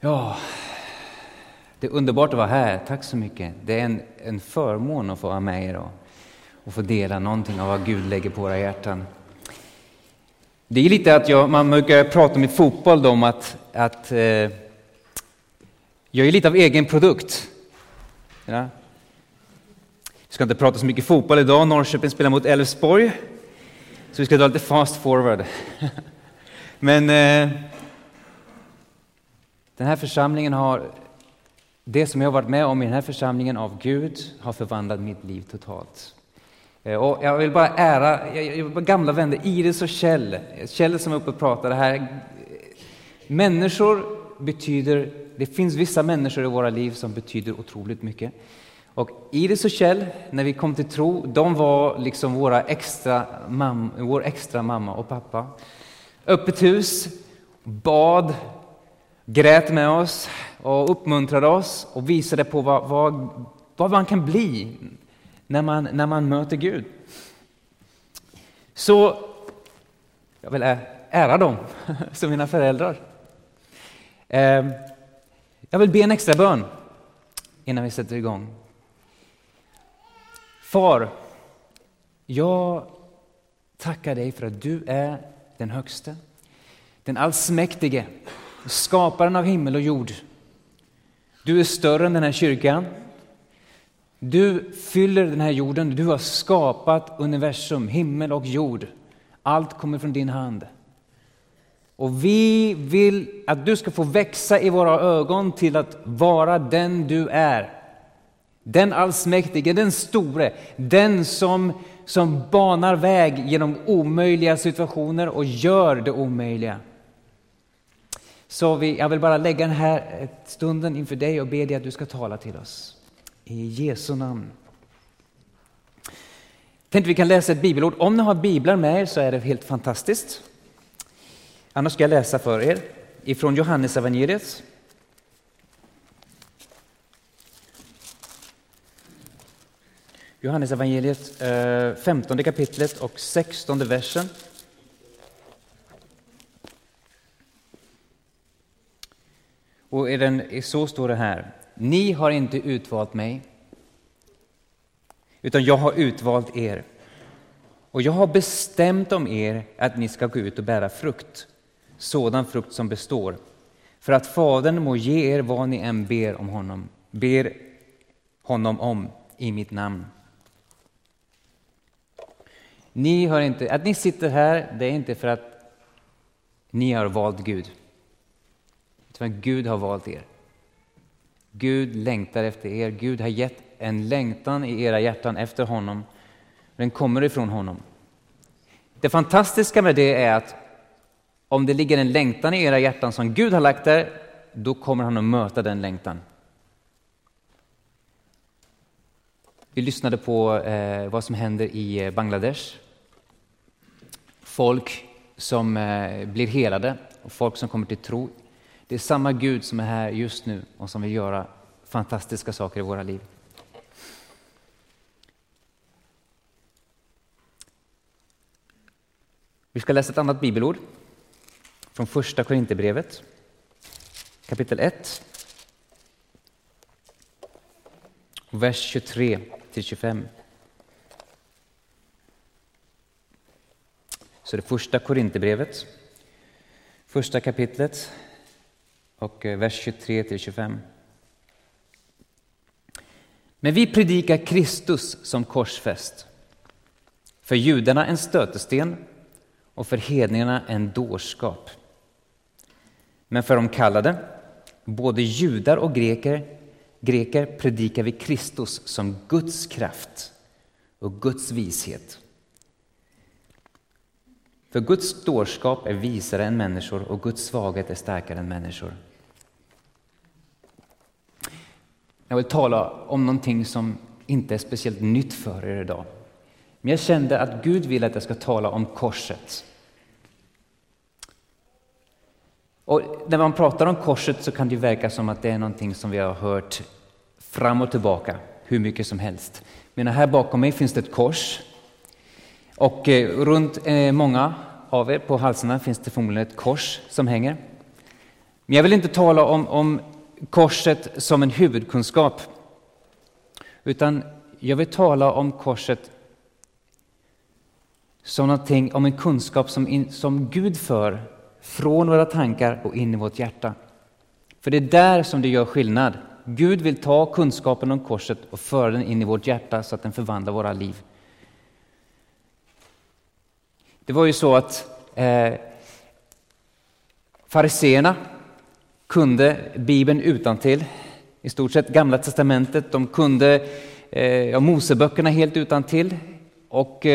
Ja, det är underbart att vara här. Tack så mycket. Det är en förmån att få vara med er och få dela någonting av vad Gud lägger på våra hjärtan. Det är lite att man brukar prata om i fotboll om att jag är lite av egen produkt. Ja. Vi ska inte prata så mycket fotboll idag. Norrköping spelar mot Elfsborg. Så vi ska dra lite fast forward. Men den här församlingen det som jag har varit med om i den här församlingen av Gud har förvandlat mitt liv totalt. Och jag vill bara ära gamla vänner Iris och Kjell som är uppe och pratar. Det här människor betyder, det finns vissa människor i våra liv som betyder otroligt mycket. Och Iris och Kjell, när vi kom till tro, de var liksom vår extra mamma och pappa. Öppet hus, bad, grät med oss och uppmuntrade oss och visade på vad man kan bli när man möter Gud. Så jag vill ära dem som mina föräldrar. Jag vill be en extra bön innan vi sätter igång. Far, jag tackar dig för att du är den högste, den allsmäktige, skaparen av himmel och jord. Du är större än den här kyrkan. Du fyller den här jorden. Du har skapat universum, himmel och jord. Allt kommer från din hand. Och vi vill att du ska få växa i våra ögon till att vara den du är. Den allsmäktige, den store, den som banar väg genom omöjliga situationer och gör det omöjliga. Så jag vill bara lägga den här stunden inför dig och be dig att du ska tala till oss. I Jesu namn. Tänkte vi kan läsa ett bibelord. Om ni har biblar med er så är det helt fantastiskt. Annars ska jag läsa för er ifrån Johannes evangeliet. Johannes evangeliet 15 kapitlet och 16 versen. Och så står det här. Ni har inte utvalt mig, utan jag har utvalt er. Och jag har bestämt om er att ni ska gå ut och bära frukt, sådan frukt som består. För att Fadern må ge er vad ni än ber honom om i mitt namn. Att ni sitter här, det är inte för att ni har valt Gud. Utan Gud har valt er. Gud längtar efter er. Gud har gett en längtan i era hjärtan efter honom. Den kommer ifrån honom. Det fantastiska med det är att om det ligger en längtan i era hjärtan som Gud har lagt där, då kommer han att möta den längtan. Vi lyssnade på vad som händer i Bangladesh. Folk som blir helade och folk som kommer till tro. Det är samma Gud som är här just nu och som vill göra fantastiska saker i våra liv. Vi ska läsa ett annat bibelord från första Korinthierbrevet, kapitel 1, vers 23-25. Så det är första Korinthierbrevet, första kapitlet och vers 23-25. Men vi predikar Kristus som korsfäst. För judarna en stötesten och för hedningarna en dårskap. Men för de kallade, både judar och greker predikar vi Kristus som Guds kraft och Guds vishet. För Guds dårskap är visare än människor och Guds svaghet är starkare än människor. Jag vill tala om någonting som inte är speciellt nytt för er idag. Men jag kände att Gud vill att jag ska tala om korset. Och när man pratar om korset så kan det verka som att det är någonting som vi har hört fram och tillbaka hur mycket som helst. Men här bakom mig finns det ett kors. Och runt många av er på halsarna finns det förmodligen ett kors som hänger. Men jag vill inte tala om korset som en huvudkunskap, utan jag vill tala om korset som någonting, om en kunskap som Gud för från våra tankar och in i vårt hjärta. För det är där som det gör skillnad. Gud vill ta kunskapen om korset och föra den in i vårt hjärta så att den förvandlar våra liv. Det var ju så att fariseerna kunde Bibeln utantill, i stort sett Gamla testamentet. De kunde Moseböckerna helt utantill. Och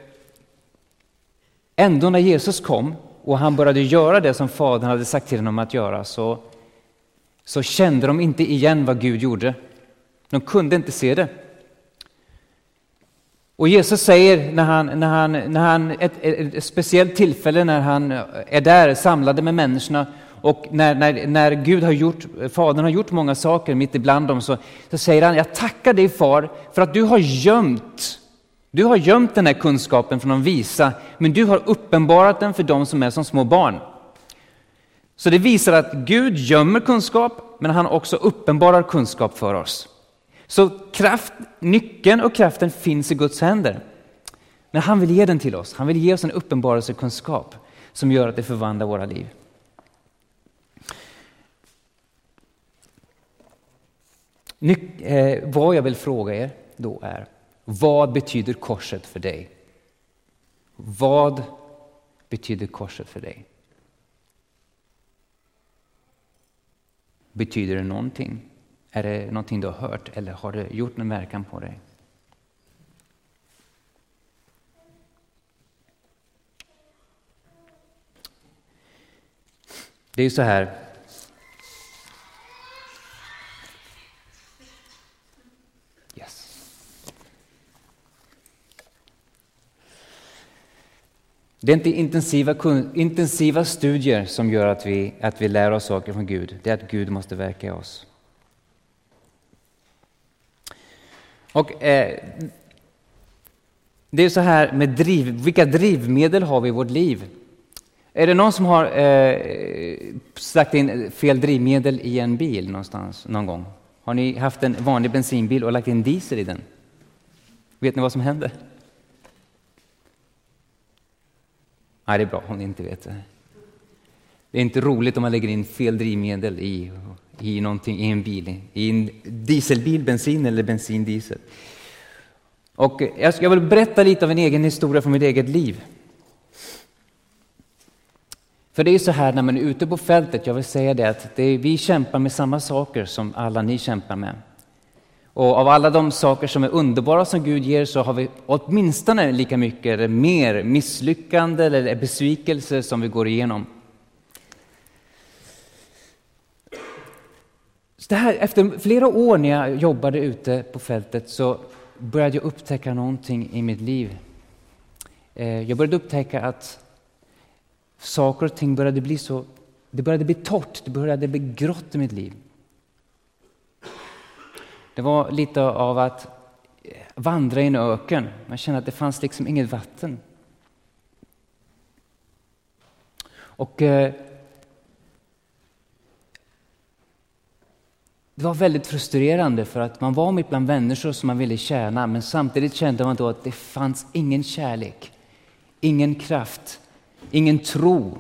ändå när Jesus kom och han började göra det som Fadern hade sagt till honom att göra, så kände de inte igen vad Gud gjorde. De kunde inte se det. Och Jesus säger när han ett speciellt tillfälle när han är där samlade med människorna, och när Fadern har gjort många saker mitt ibland dem, så säger han: jag tackar dig, far, för att du har gömt den här kunskapen från de visa, men du har uppenbarat den för dem som är som små barn. Så det visar att Gud gömmer kunskap, men han också uppenbarar kunskap för oss. Så nyckeln och kraften finns i Guds händer. Men han vill ge den till oss. Han vill ge oss en uppenbarelsekunskap som gör att det förvandlar våra liv. Vad jag vill fråga er då är: vad betyder korset för dig? Vad betyder korset för dig? Betyder det någonting? Är det någonting du har hört, eller har det gjort en verkan på dig? Det är ju så här. Det är inte intensiva studier som gör att vi lär oss saker från Gud. Det är att Gud måste verka i oss. Och det är så här med vilka drivmedel har vi i vårt liv? Är det någon som har lagt in fel drivmedel i en bil någonstans någon gång? Har ni haft en vanlig bensinbil och lagt in diesel i den? Vet ni vad som händer? Nej, det är bra om ni inte vet det. Det är inte roligt om man lägger in fel drivmedel i någonting i en bil. I en dieselbil, bensin eller bensin, diesel. Och jag vill berätta lite av en egen historia från mitt eget liv. För det är så här när man är ute på fältet, jag vill säga det, att vi kämpar med samma saker som alla ni kämpar med. Och av alla de saker som är underbara som Gud ger, så har vi åtminstone lika mycket eller mer misslyckande eller besvikelse som vi går igenom. Så det här, efter flera år när jag jobbade ute på fältet, så började jag upptäcka någonting i mitt liv. Jag började upptäcka att saker och ting började bli torrt, det började bli grått i mitt liv. Det var lite av att vandra i en öken. Man kände att det fanns liksom inget vatten. Och det var väldigt frustrerande, för att man var mitt bland människor som man ville tjäna, men samtidigt kände man då att det fanns ingen kärlek, ingen kraft, ingen tro.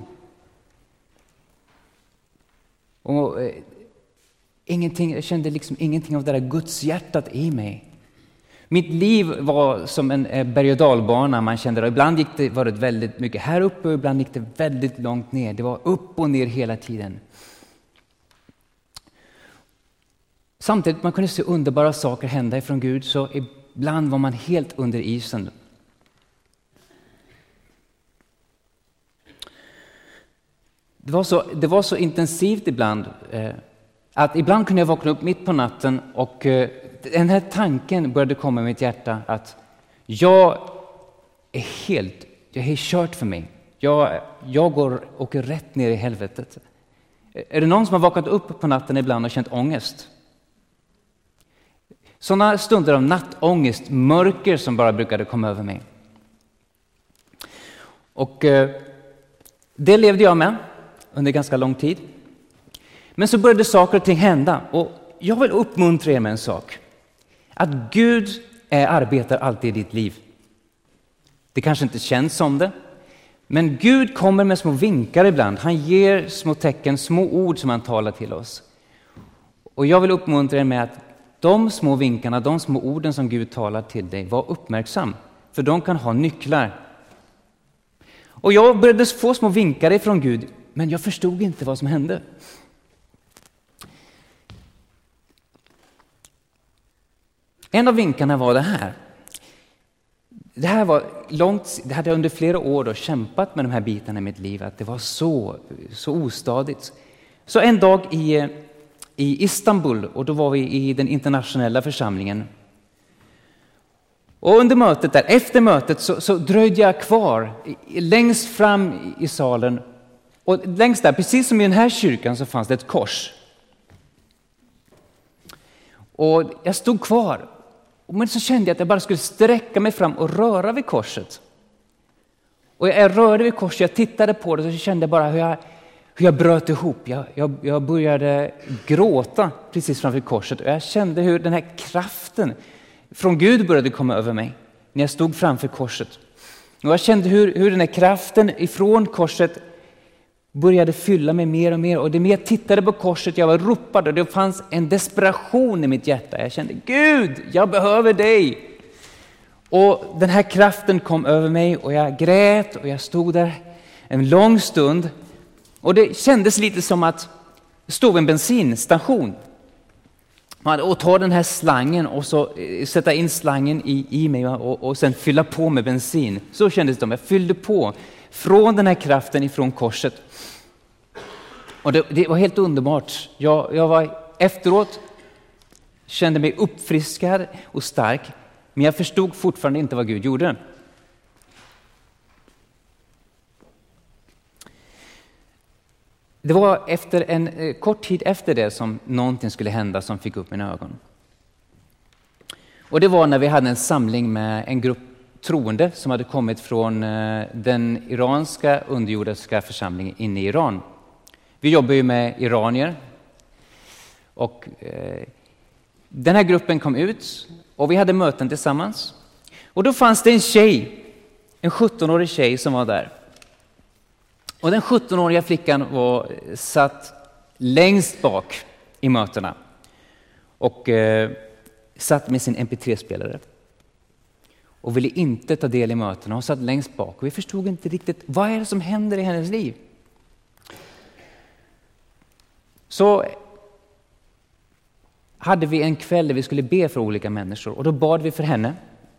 Och jag kände liksom ingenting av det där Guds hjärtat i mig. Mitt liv var som en berg- och dalbana. Man kände det. Ibland var det väldigt mycket här uppe, och ibland gick det väldigt långt ner. Det var upp och ner hela tiden. Samtidigt man kunde se underbara saker hända ifrån Gud, så ibland var man helt under isen. Det var så intensivt ibland att ibland kunde jag vakna upp mitt på natten, och den här tanken började komma i mitt hjärta att jag är kört för mig. Jag åker rätt ner i helvetet. Är det någon som har vaknat upp på natten ibland och känt ångest? Sådana stunder av nattångest, mörker som bara brukade komma över mig. Och det levde jag med under ganska lång tid. Men så började saker och ting hända. Och jag vill uppmuntra er med en sak. Att Gud arbetar alltid i ditt liv. Det kanske inte känns som det. Men Gud kommer med små vinkar ibland. Han ger små tecken, små ord som han talar till oss. Och jag vill uppmuntra er med att de små vinkarna, de små orden som Gud talar till dig, var uppmärksam. För de kan ha nycklar. Och jag började få små vinkar ifrån Gud, men jag förstod inte vad som hände. En av vinkarna var det här. Det här var långt, det hade jag under flera år då kämpat med de här bitarna i mitt liv, att det var så ostadigt. Så en dag i Istanbul, och då var vi i den internationella församlingen. Och under mötet där, efter mötet så dröjde jag kvar längst fram i salen. Och längst där, precis som i den här kyrkan, så fanns det ett kors. Och jag stod kvar. Men så kände jag att jag bara skulle sträcka mig fram och röra vid korset. Och jag rörde vid korset, jag tittade på det och så kände jag bara hur jag bröt ihop. Jag började gråta precis framför korset. Och jag kände hur den här kraften från Gud började komma över mig när jag stod framför korset. Och jag kände hur den här kraften ifrån korset började fylla mig mer och mer. Och det mer jag tittade på korset, jag var ropad och det fanns en desperation i mitt hjärta. Jag kände, Gud, jag behöver dig. Och den här kraften kom över mig och jag grät och jag stod där en lång stund. Och det kändes lite som att stå vid en bensinstation. Och ta den här slangen och så sätta in slangen i mig och sen fylla på med bensin. Så kändes det. Jag fyllde på från den här kraften ifrån korset. Och det var helt underbart. Jag var efteråt, kände mig uppfriskad och stark. Men jag förstod fortfarande inte vad Gud gjorde. Det var efter en kort tid efter det som någonting skulle hända som fick upp mina ögon. Och det var när vi hade en samling med en grupp troende som hade kommit från den iranska underjordiska församlingen inne i Iran. Vi jobbar ju med iranier. Och den här gruppen kom ut och vi hade möten tillsammans. Och då fanns det en tjej, en 17-årig tjej som var där. Och den 17-åriga flickan var satt längst bak i mötena och satt med sin MP3-spelare och ville inte ta del i mötena. Hon satt längst bak och vi förstod inte riktigt vad är det som händer i hennes liv. Så hade vi en kväll där vi skulle be för olika människor och då bad vi för henne.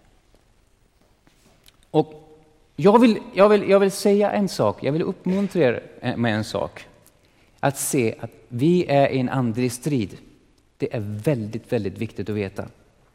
Och jag vill säga en sak, jag vill uppmuntra er med en sak. Att se att vi är i en andlig strid. Det är väldigt, väldigt viktigt att veta.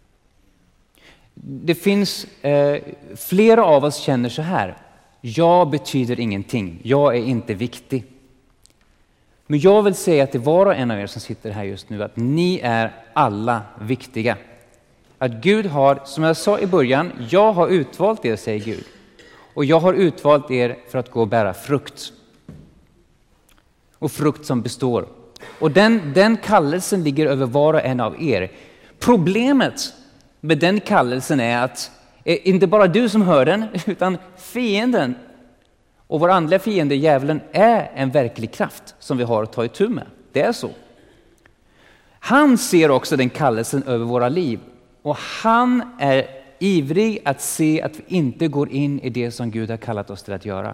Det finns, flera av oss känner så här. Jag betyder ingenting, jag är inte viktig. Men jag vill säga till var och en av er som sitter här just nu att ni är alla viktiga. Att Gud har, som jag sa i början, jag har utvalt er, säger Gud. Och jag har utvalt er för att gå och bära frukt. Och frukt som består. Och den kallelsen ligger över var och en av er. Problemet med den kallelsen är att inte bara du som hör den, utan fienden och vår andliga fiende, djävulen, är en verklig kraft som vi har att ta itu med. Det är så. Han ser också den kallelsen över våra liv. Och han är ivrig att se att vi inte går in i det som Gud har kallat oss till att göra.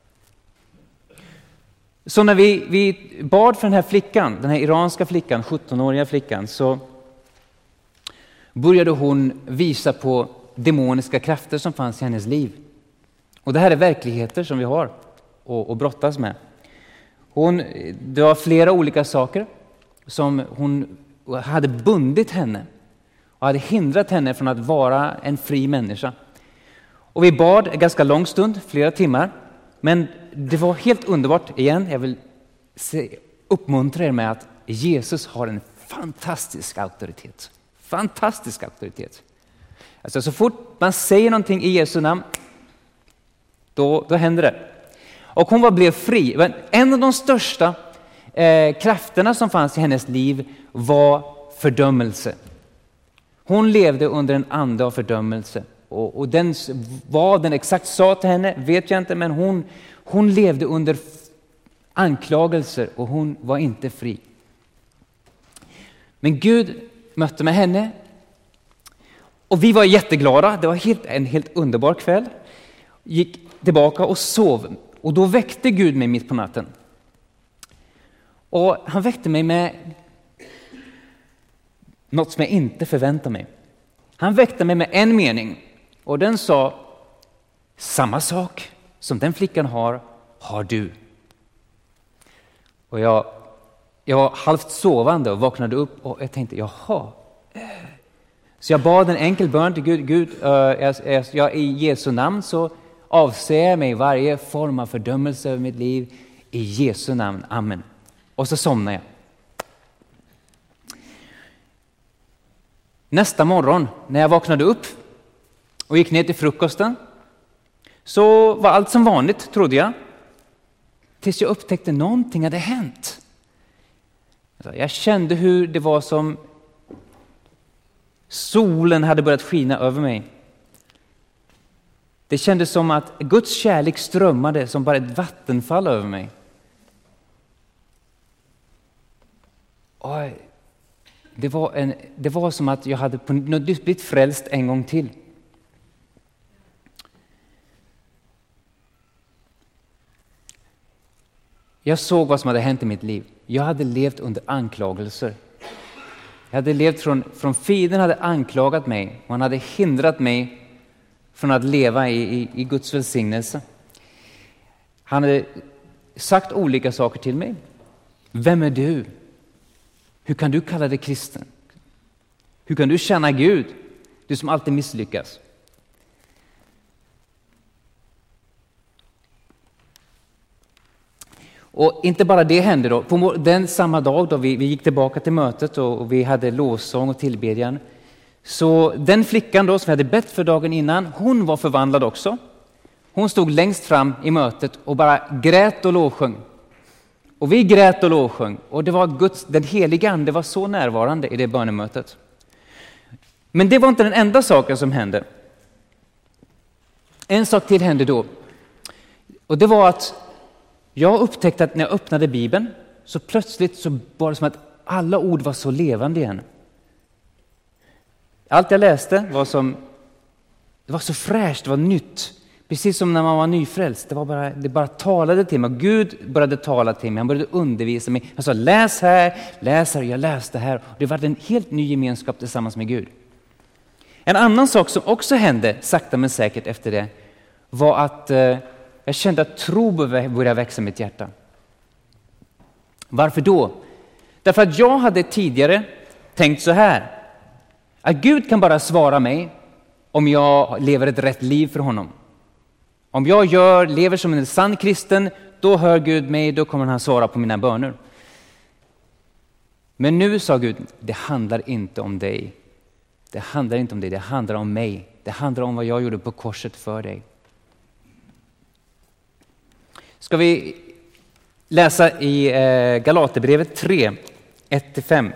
Så när vi bad för den här flickan, den här iranska flickan, 17-åriga flickan, så började hon visa på demoniska krafter som fanns i hennes liv. Och det här är verkligheter som vi har att brottas med. Det var flera olika saker som hon hade bundit henne och hade hindrat henne från att vara en fri människa. Och vi bad en ganska lång stund, flera timmar. Men det var helt underbart igen. Jag vill uppmuntra er med att Jesus har en fantastisk auktoritet. Fantastisk auktoritet. Alltså så fort man säger någonting i Jesu namn, då händer det. Och hon blev fri. Men en av de största krafterna som fanns i hennes liv var fördömelse. Hon levde under en ande av fördömelse. Och den, vad den exakt sa till henne vet jag inte, men hon levde under anklagelser och hon var inte fri. Men Gud mötte med henne och vi var jätteglada. Det var en helt underbar kväll. Gick tillbaka och sov och då väckte Gud mig mitt på natten. Och han väckte mig med något som jag inte förväntade mig. Han väckte mig med en mening och den sa: samma sak som den flickan har du. Och jag var halvt sovande och vaknade upp och jag tänkte, jaha. Så jag bad en enkel bön till Gud. Gud, jag i Jesu namn så avser jag mig varje form av fördömelse över mitt liv. I Jesu namn, amen. Och så somnade jag. Nästa morgon när jag vaknade upp och gick ner till frukosten så var allt som vanligt, trodde jag. Tills jag upptäckte någonting hade hänt. Jag kände hur det var som solen hade börjat skina över mig. Det kändes som att Guds kärlek strömmade som bara ett vattenfall över mig. Och det var som att jag hade på något blivit frälst en gång till. Jag såg vad som hade hänt i mitt liv. Jag hade levt under anklagelser. Jag hade levt från fienden hade anklagat mig. Och han hade hindrat mig från att leva i Guds välsignelse. Han hade sagt olika saker till mig. Vem är du? Hur kan du kalla dig kristen? Hur kan du känna Gud? Du som alltid misslyckas. Och inte bara det hände då. På den samma dag då vi gick tillbaka till mötet och vi hade lovsång och tillbedjan. Så den flickan då som vi hade bett för dagen innan, hon var förvandlad också. Hon stod längst fram i mötet och bara grät och lovsjöng. Och vi grät och lovsjöng. Och det var den heliga ande var så närvarande i det bönemötet. Men det var inte den enda saken som hände. En sak till hände då. Och det var att jag upptäckte att när jag öppnade Bibeln så plötsligt så var det som att alla ord var så levande igen. Allt jag läste var så fräscht, det var nytt. Precis som när man var nyfrälst. Det bara talade till mig. Gud började tala till mig. Han började undervisa mig. Han sa läs här. Jag läste här. Och det var en helt ny gemenskap tillsammans med Gud. En annan sak som också hände sakta men säkert efter det var att jag kände att tro började växa i mitt hjärta. Varför då? Därför att jag hade tidigare tänkt så här. Att Gud kan bara svara mig om jag lever ett rätt liv för honom. Om jag lever som en sann kristen, då hör Gud mig, då kommer han svara på mina böner. Men nu sa Gud, det handlar inte om dig. Det handlar inte om dig, det handlar om mig. Det handlar om vad jag gjorde på korset för dig. Ska vi läsa i Galaterbrevet 3, 1-5.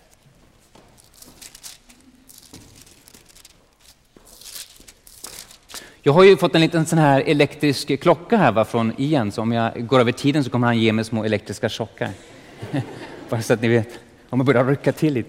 Jag har ju fått en liten sån här elektrisk klocka här från Ian, så om jag går över tiden så kommer han ge mig små elektriska chockar. Bara så att ni vet, om jag börjar rycka till lite.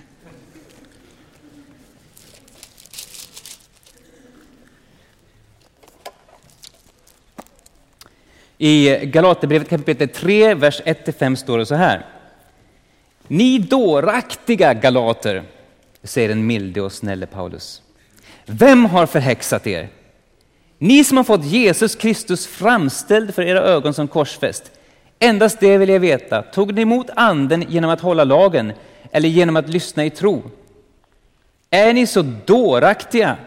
I Galaterbrevet kapitel 3, vers 1-5 står det så här. Ni dåraktiga galater, säger den milde och snälle Paulus. Vem har förhäxat er? Ni som har fått Jesus Kristus framställd för era ögon som korsfäst. Endast det vill jag veta. Tog ni emot anden genom att hålla lagen eller genom att lyssna i tro? Är ni så dåraktiga?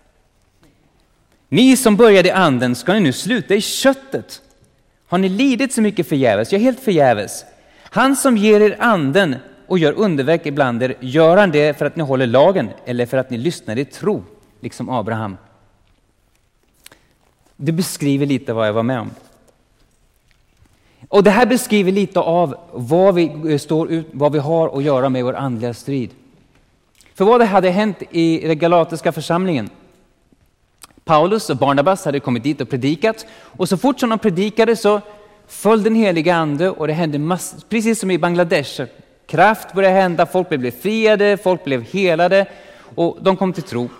Ni som började i anden, ska ni nu sluta i köttet? Har ni lidit så mycket förgäves? Ja, helt förgäves. Han som ger er anden och gör underverk ibland er, gör han det för att ni håller lagen eller för att ni lyssnar i tro, liksom Abraham? Det beskriver lite vad jag var med om. Och det här beskriver lite av vad vi har att göra med vår andliga strid. För vad det hade hänt i den galatiska församlingen. Paulus och Barnabas hade kommit dit och predikat. Och så fort som de predikade så föll den heliga ande och det hände precis som i Bangladesh. Kraft började hända, folk blev befriade, folk blev helade och de kom till tro.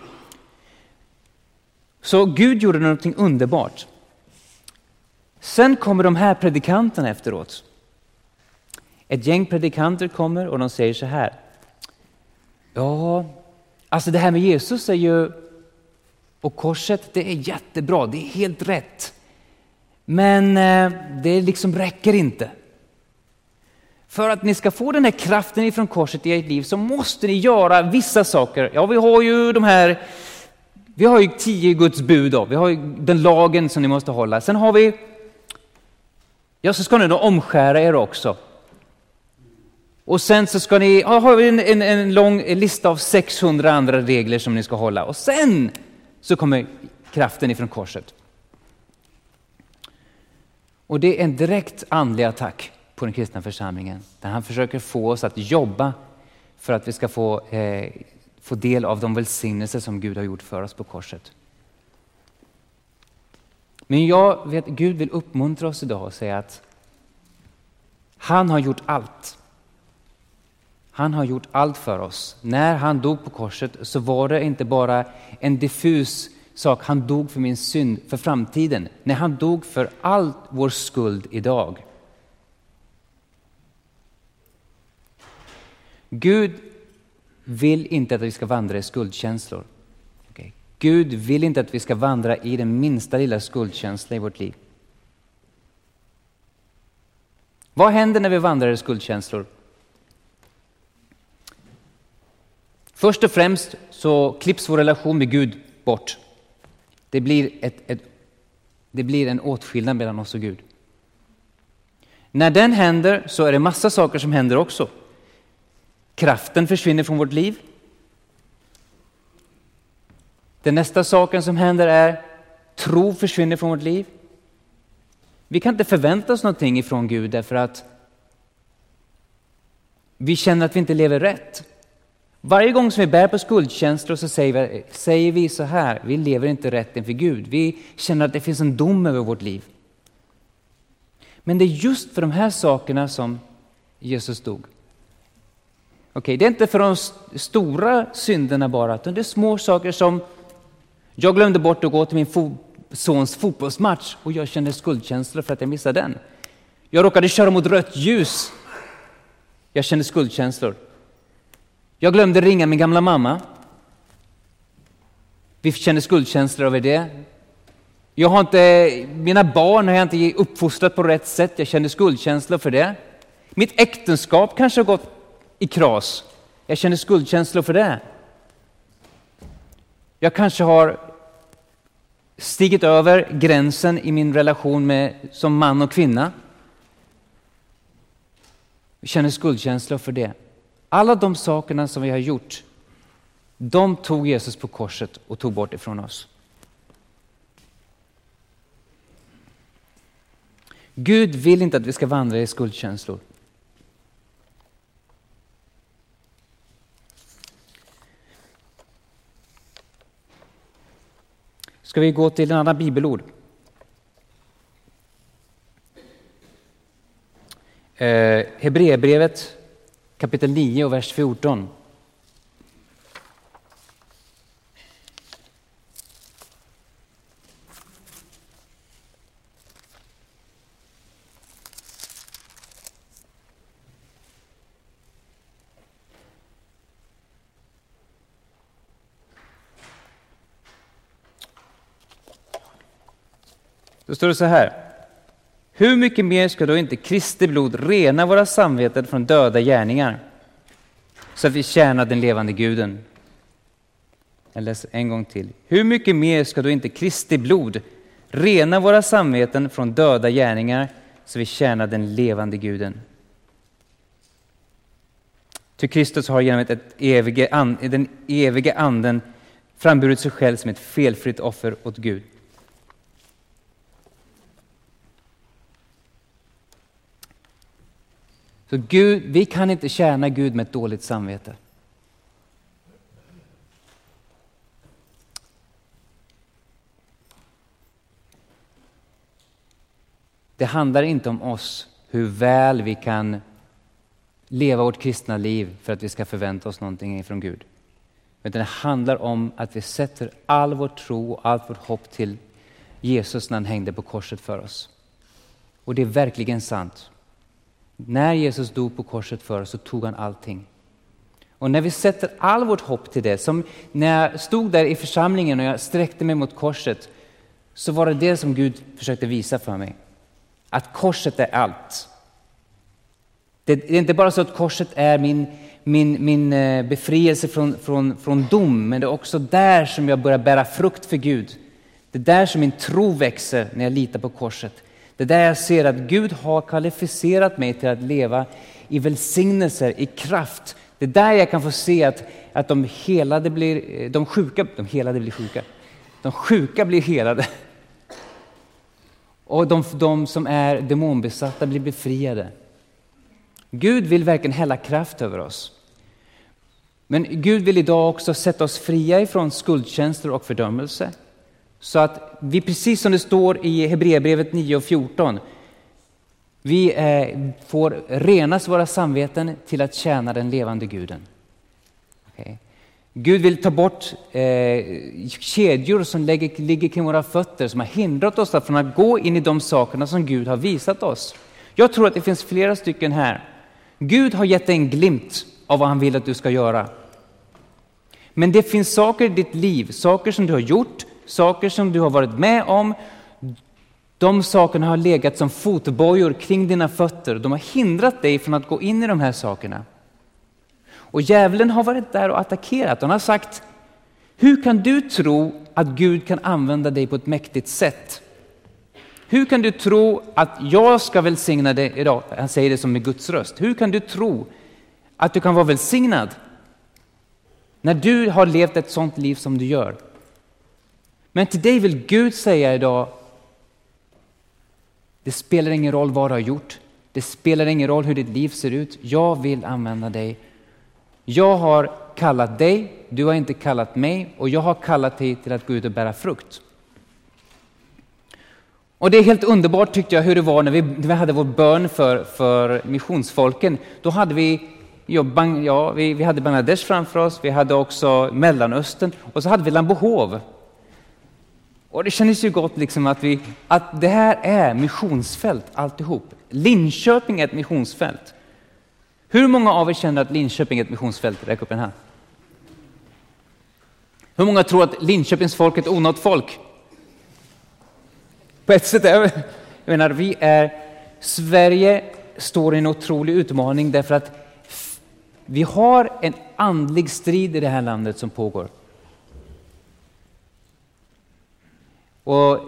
Så Gud gjorde någonting underbart. Sen kommer de här predikanterna efteråt. Ett gäng predikanter kommer och de säger så här. Ja, alltså det här med Jesus är ju, och korset, det är jättebra, det är helt rätt. Men det liksom räcker inte. För att ni ska få den här kraften ifrån korset i ert liv så måste ni göra vissa saker. Ja, vi har ju 10 Guds bud då. Vi har ju den lagen som ni måste hålla. Sen har vi, ja, så ska ni då omskära er också. Och sen så ska ni, har vi en lång lista av 600 andra regler som ni ska hålla. Och sen så kommer kraften ifrån korset. Och det är en direkt andlig attack på den kristna församlingen. Där han försöker få oss att jobba för att vi ska få del av de välsignelser som Gud har gjort för oss på korset. Men jag vet att Gud vill uppmuntra oss idag och säga att han har gjort allt. Han har gjort allt för oss. När han dog på korset så var det inte bara en diffus sak. Han dog för min synd för framtiden. När han dog för all vår skuld idag. Gud vill inte att vi ska vandra i skuldkänslor. Okay. Gud vill inte att vi ska vandra i den minsta lilla skuldkänsla i vårt liv. Vad händer när vi vandrar i skuldkänslor? Först och främst så klipps vår relation med Gud bort. Det blir en åtskillnad mellan oss och Gud. När den händer så är det massa saker som händer också. Kraften försvinner från vårt liv. Den nästa saken som händer är tro försvinner från vårt liv. Vi kan inte förvänta oss någonting ifrån Gud därför att vi känner att vi inte lever rätt. Varje gång som vi bär på skuldkänslor så säger vi så här: vi lever inte rätt inför Gud. Vi känner att det finns en dom över vårt liv. Men det är just för de här sakerna som Jesus dog. Okej, det är inte för de stora synderna bara, utan det är små saker som jag glömde bort att gå till min sons fotbollsmatch och jag kände skuldkänslor för att jag missade den. Jag råkade köra mot rött ljus. Jag kände skuldkänslor. Jag glömde ringa min gamla mamma. Vi kände skuldkänslor över det. Mina barn har jag inte uppfostrat på rätt sätt. Jag kände skuldkänslor för det. Mitt äktenskap kanske har gått i kras. Jag känner skuldkänslor för det. Jag kanske har stigit över gränsen i min relation som man och kvinna. Jag känner skuldkänslor för det. Alla de sakerna som vi har gjort, de tog Jesus på korset och tog bort ifrån oss. Gud vill inte att vi ska vandra i skuldkänslor. Ska vi gå till en annan bibelord? Hebreerbrevet kapitel 9 och vers 14. Då står det så här: hur mycket mer ska då inte Kristi blod rena våra samveten från döda gärningar, så att vi tjänar den levande Guden? Jag läser en gång till. Hur mycket mer ska då inte Kristi blod rena våra samveten från döda gärningar, så vi tjänar den levande Guden? Ty Kristus har genom den evige anden framburit sig själv som ett felfritt offer åt Gud. Så Gud, vi kan inte tjäna Gud med ett dåligt samvete. Det handlar inte om oss, hur väl vi kan leva vårt kristna liv för att vi ska förvänta oss någonting från Gud. Utan det handlar om att vi sätter all vår tro och allt vårt hopp till Jesus när han hängde på korset för oss. Och det är verkligen sant. När Jesus dog på korset för oss så tog han allting. Och när vi sätter all vårt hopp till det, som när jag stod där i församlingen och jag sträckte mig mot korset, så var det som Gud försökte visa för mig. Att korset är allt. Det är inte bara så att korset är min befrielse från dom, men det är också där som jag börjar bära frukt för Gud. Det är där som min tro växer när jag litar på korset. Det är där jag ser att Gud har kvalificerat mig till att leva i välsignelser, i kraft. Det är där jag kan få se att de sjuka blir helade. Och de som är demonbesatta blir befriade. Gud vill verkligen hälla kraft över oss. Men Gud vill idag också sätta oss fria ifrån skuldkänslor och fördömelse. Så att vi, precis som det står i Hebreerbrevet 9:14, vi får renas våra samveten till att tjäna den levande Guden. Okay. Gud vill ta bort kedjor som ligger kring våra fötter, som har hindrat oss från att gå in i de sakerna som Gud har visat oss. Jag tror att det finns flera stycken här. Gud har gett dig en glimt av vad han vill att du ska göra. Men det finns saker i ditt liv, saker som du har gjort, saker som du har varit med om. De sakerna har legat som fotbojor kring dina fötter. De har hindrat dig från att gå in i de här sakerna. Och djävulen har varit där och attackerat. Han har sagt, hur kan du tro att Gud kan använda dig på ett mäktigt sätt? Hur kan du tro att jag ska välsigna dig idag? Han säger det som med Guds röst. Hur kan du tro att du kan vara välsignad när du har levt ett sånt liv som du gör? Men till dig vill Gud säga idag, det spelar ingen roll vad du har gjort. Det spelar ingen roll hur ditt liv ser ut. Jag vill använda dig. Jag har kallat dig, du har inte kallat mig, och jag har kallat dig till att gå ut och bära frukt. Och det är helt underbart tyckte jag hur det var när vi hade vår bön för missionsfolken. Då hade vi hade Bangladesh framför oss, vi hade också Mellanöstern och så hade vi Lambohov. Och det kändes ju gott liksom att det här är missionsfält alltihop. Linköping är ett missionsfält. Hur många av er känner att Linköping är ett missionsfält? Räck upp den här. Hur många tror att Linköpings folk är ett onått folk? På ett sätt är Sverige står i en otrolig utmaning därför att vi har en andlig strid i det här landet som pågår. Och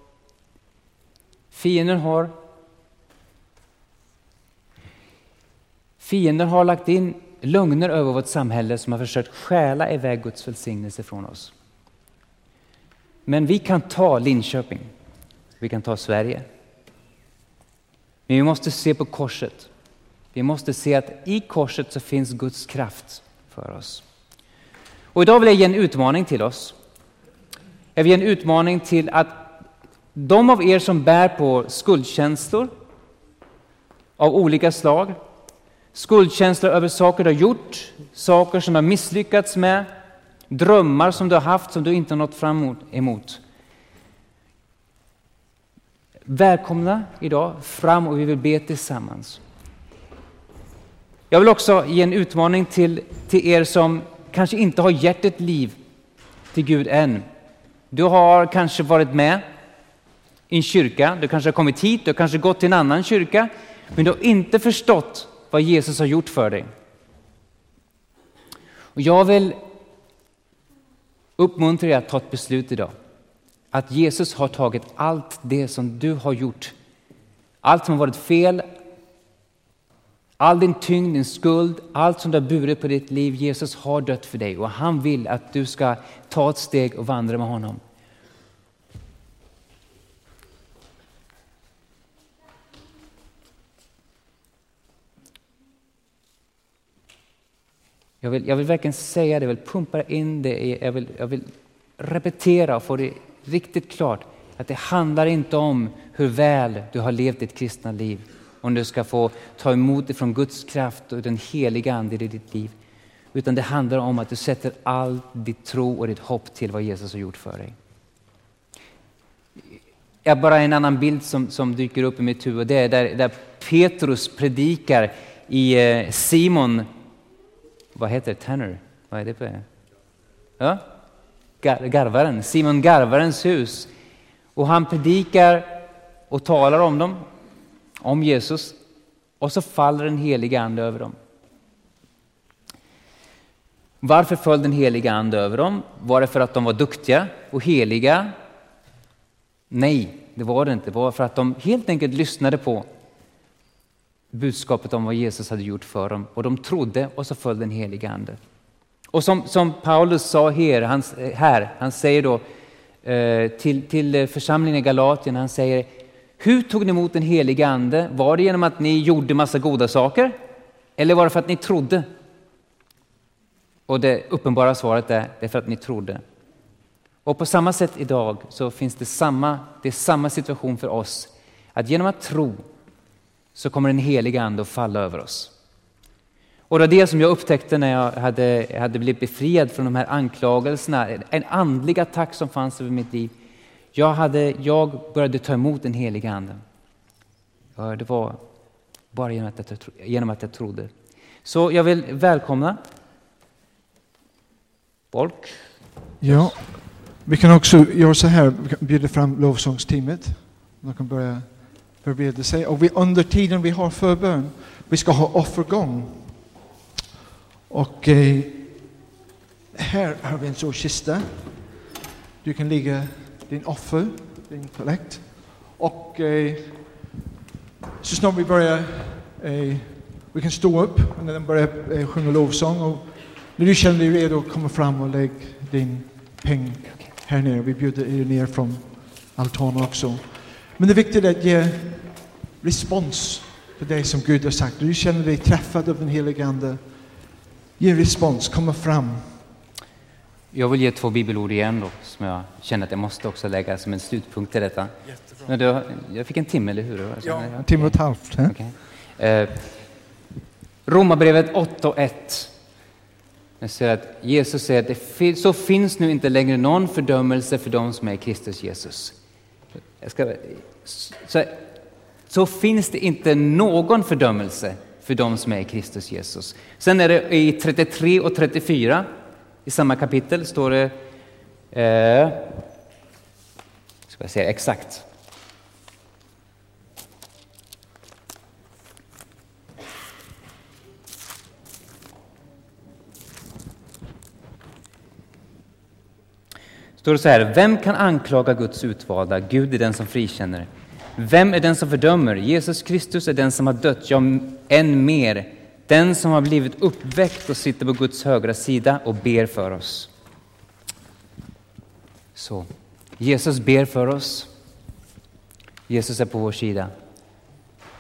fienden har lagt in lögner över vårt samhälle som har försökt stjäla iväg Guds välsignelse från oss. Men vi kan ta Linköping. Vi kan ta Sverige. Men vi måste se på korset. Vi måste se att i korset så finns Guds kraft för oss. Och idag vill jag ge en utmaning till oss. Jag vill ge en utmaning till att de av er som bär på skuldkänslor av olika slag, skuldkänslor över saker du har gjort, saker som du har misslyckats med, drömmar som du har haft som du inte har nått fram emot. Välkomna idag fram och vi vill be tillsammans. Jag vill också ge en utmaning till er som kanske inte har gett ett liv till Gud än. Du har kanske varit med i en kyrka, du kanske har kommit hit, du har kanske gått till en annan kyrka, men du har inte förstått vad Jesus har gjort för dig. Och jag vill uppmuntra dig att ta ett beslut idag. Att Jesus har tagit allt det som du har gjort. Allt som har varit fel. All din tyngd, din skuld, allt som du har burit på ditt liv. Jesus har dött för dig och han vill att du ska ta ett steg och vandra med honom. Jag vill verkligen säga det, jag vill pumpa in det, jag vill repetera och få det riktigt klart. Att det handlar inte om hur väl du har levt ditt kristna liv. Om du ska få ta emot ifrån Guds kraft och den heliga ande i ditt liv. Utan det handlar om att du sätter all ditt tro och ditt hopp till vad Jesus har gjort för dig. Jag bara en annan bild som dyker upp i mitt huvud. Det är där Petrus predikar i Simon, vad heter det? Tanner? Vad är det på det? Ja? Garvaren. Simon Garvarens hus. Och han predikar och talar om dem. Om Jesus. Och så faller den heliga ande över dem. Varför föll den heliga ande över dem? Var det för att de var duktiga och heliga? Nej, det var det inte. Det var för att de helt enkelt lyssnade på budskapet om vad Jesus hade gjort för dem. Och de trodde och så föll den heliga ande. Och som Paulus sa han säger då till församlingen i Galatien, han säger: hur tog ni emot den heliga ande? Var det genom att ni gjorde massa goda saker? Eller var det för att ni trodde? Och det uppenbara svaret är för att ni trodde. Och på samma sätt idag så finns det samma situation för oss. Att genom att tro så kommer den heliga ande att falla över oss. Och det var det som jag upptäckte när jag hade blivit befriad från de här anklagelserna. En andlig attack som fanns över mitt liv. Jag började ta emot den heliga anden. Ja, det var bara genom att jag trodde. Så jag vill välkomna folk. Ja, vi kan också göra så här. Vi kan bjuda fram lovsångsteamet. De kan börja förbereda sig. Och under tiden vi har förbön, vi ska ha offergång. Och här har vi en så kista. Du kan lägga din offer, din kollekt. Och så snart vi börjar, vi kan stå upp och när de börjar sjunga lovsång. Och när du känner dig redo, komma fram och lägg din peng här nere. Vi bjuder er ner från altanen också. Men det är viktigt att ge respons på det som Gud har sagt. När du känner dig träffad av den heliga ande, ge respons, komma fram. Jag vill ge 2 bibelord igen då, som jag känner att jag måste också lägga som en slutpunkt till detta. Men jag fick en timme, eller hur? Ja, en timme och ett halvt. Okay. Romarbrevet 8:1. Jag säger att Jesus säger att så finns nu inte längre någon fördömelse för de som är i Kristus Jesus. Så finns det inte någon fördömelse för de som är i Kristus Jesus. Sen är det i 33 och 34 i samma kapitel står det ska jag säga exakt. Står det så här: vem kan anklaga Guds utvalda? Gud är den som frikänner. Vem är den som fördömer? Jesus Kristus är den som har dött, ja, än mer, den som har blivit uppväckt och sitter på Guds högra sida och ber för oss. Så, Jesus ber för oss. Jesus är på vår sida.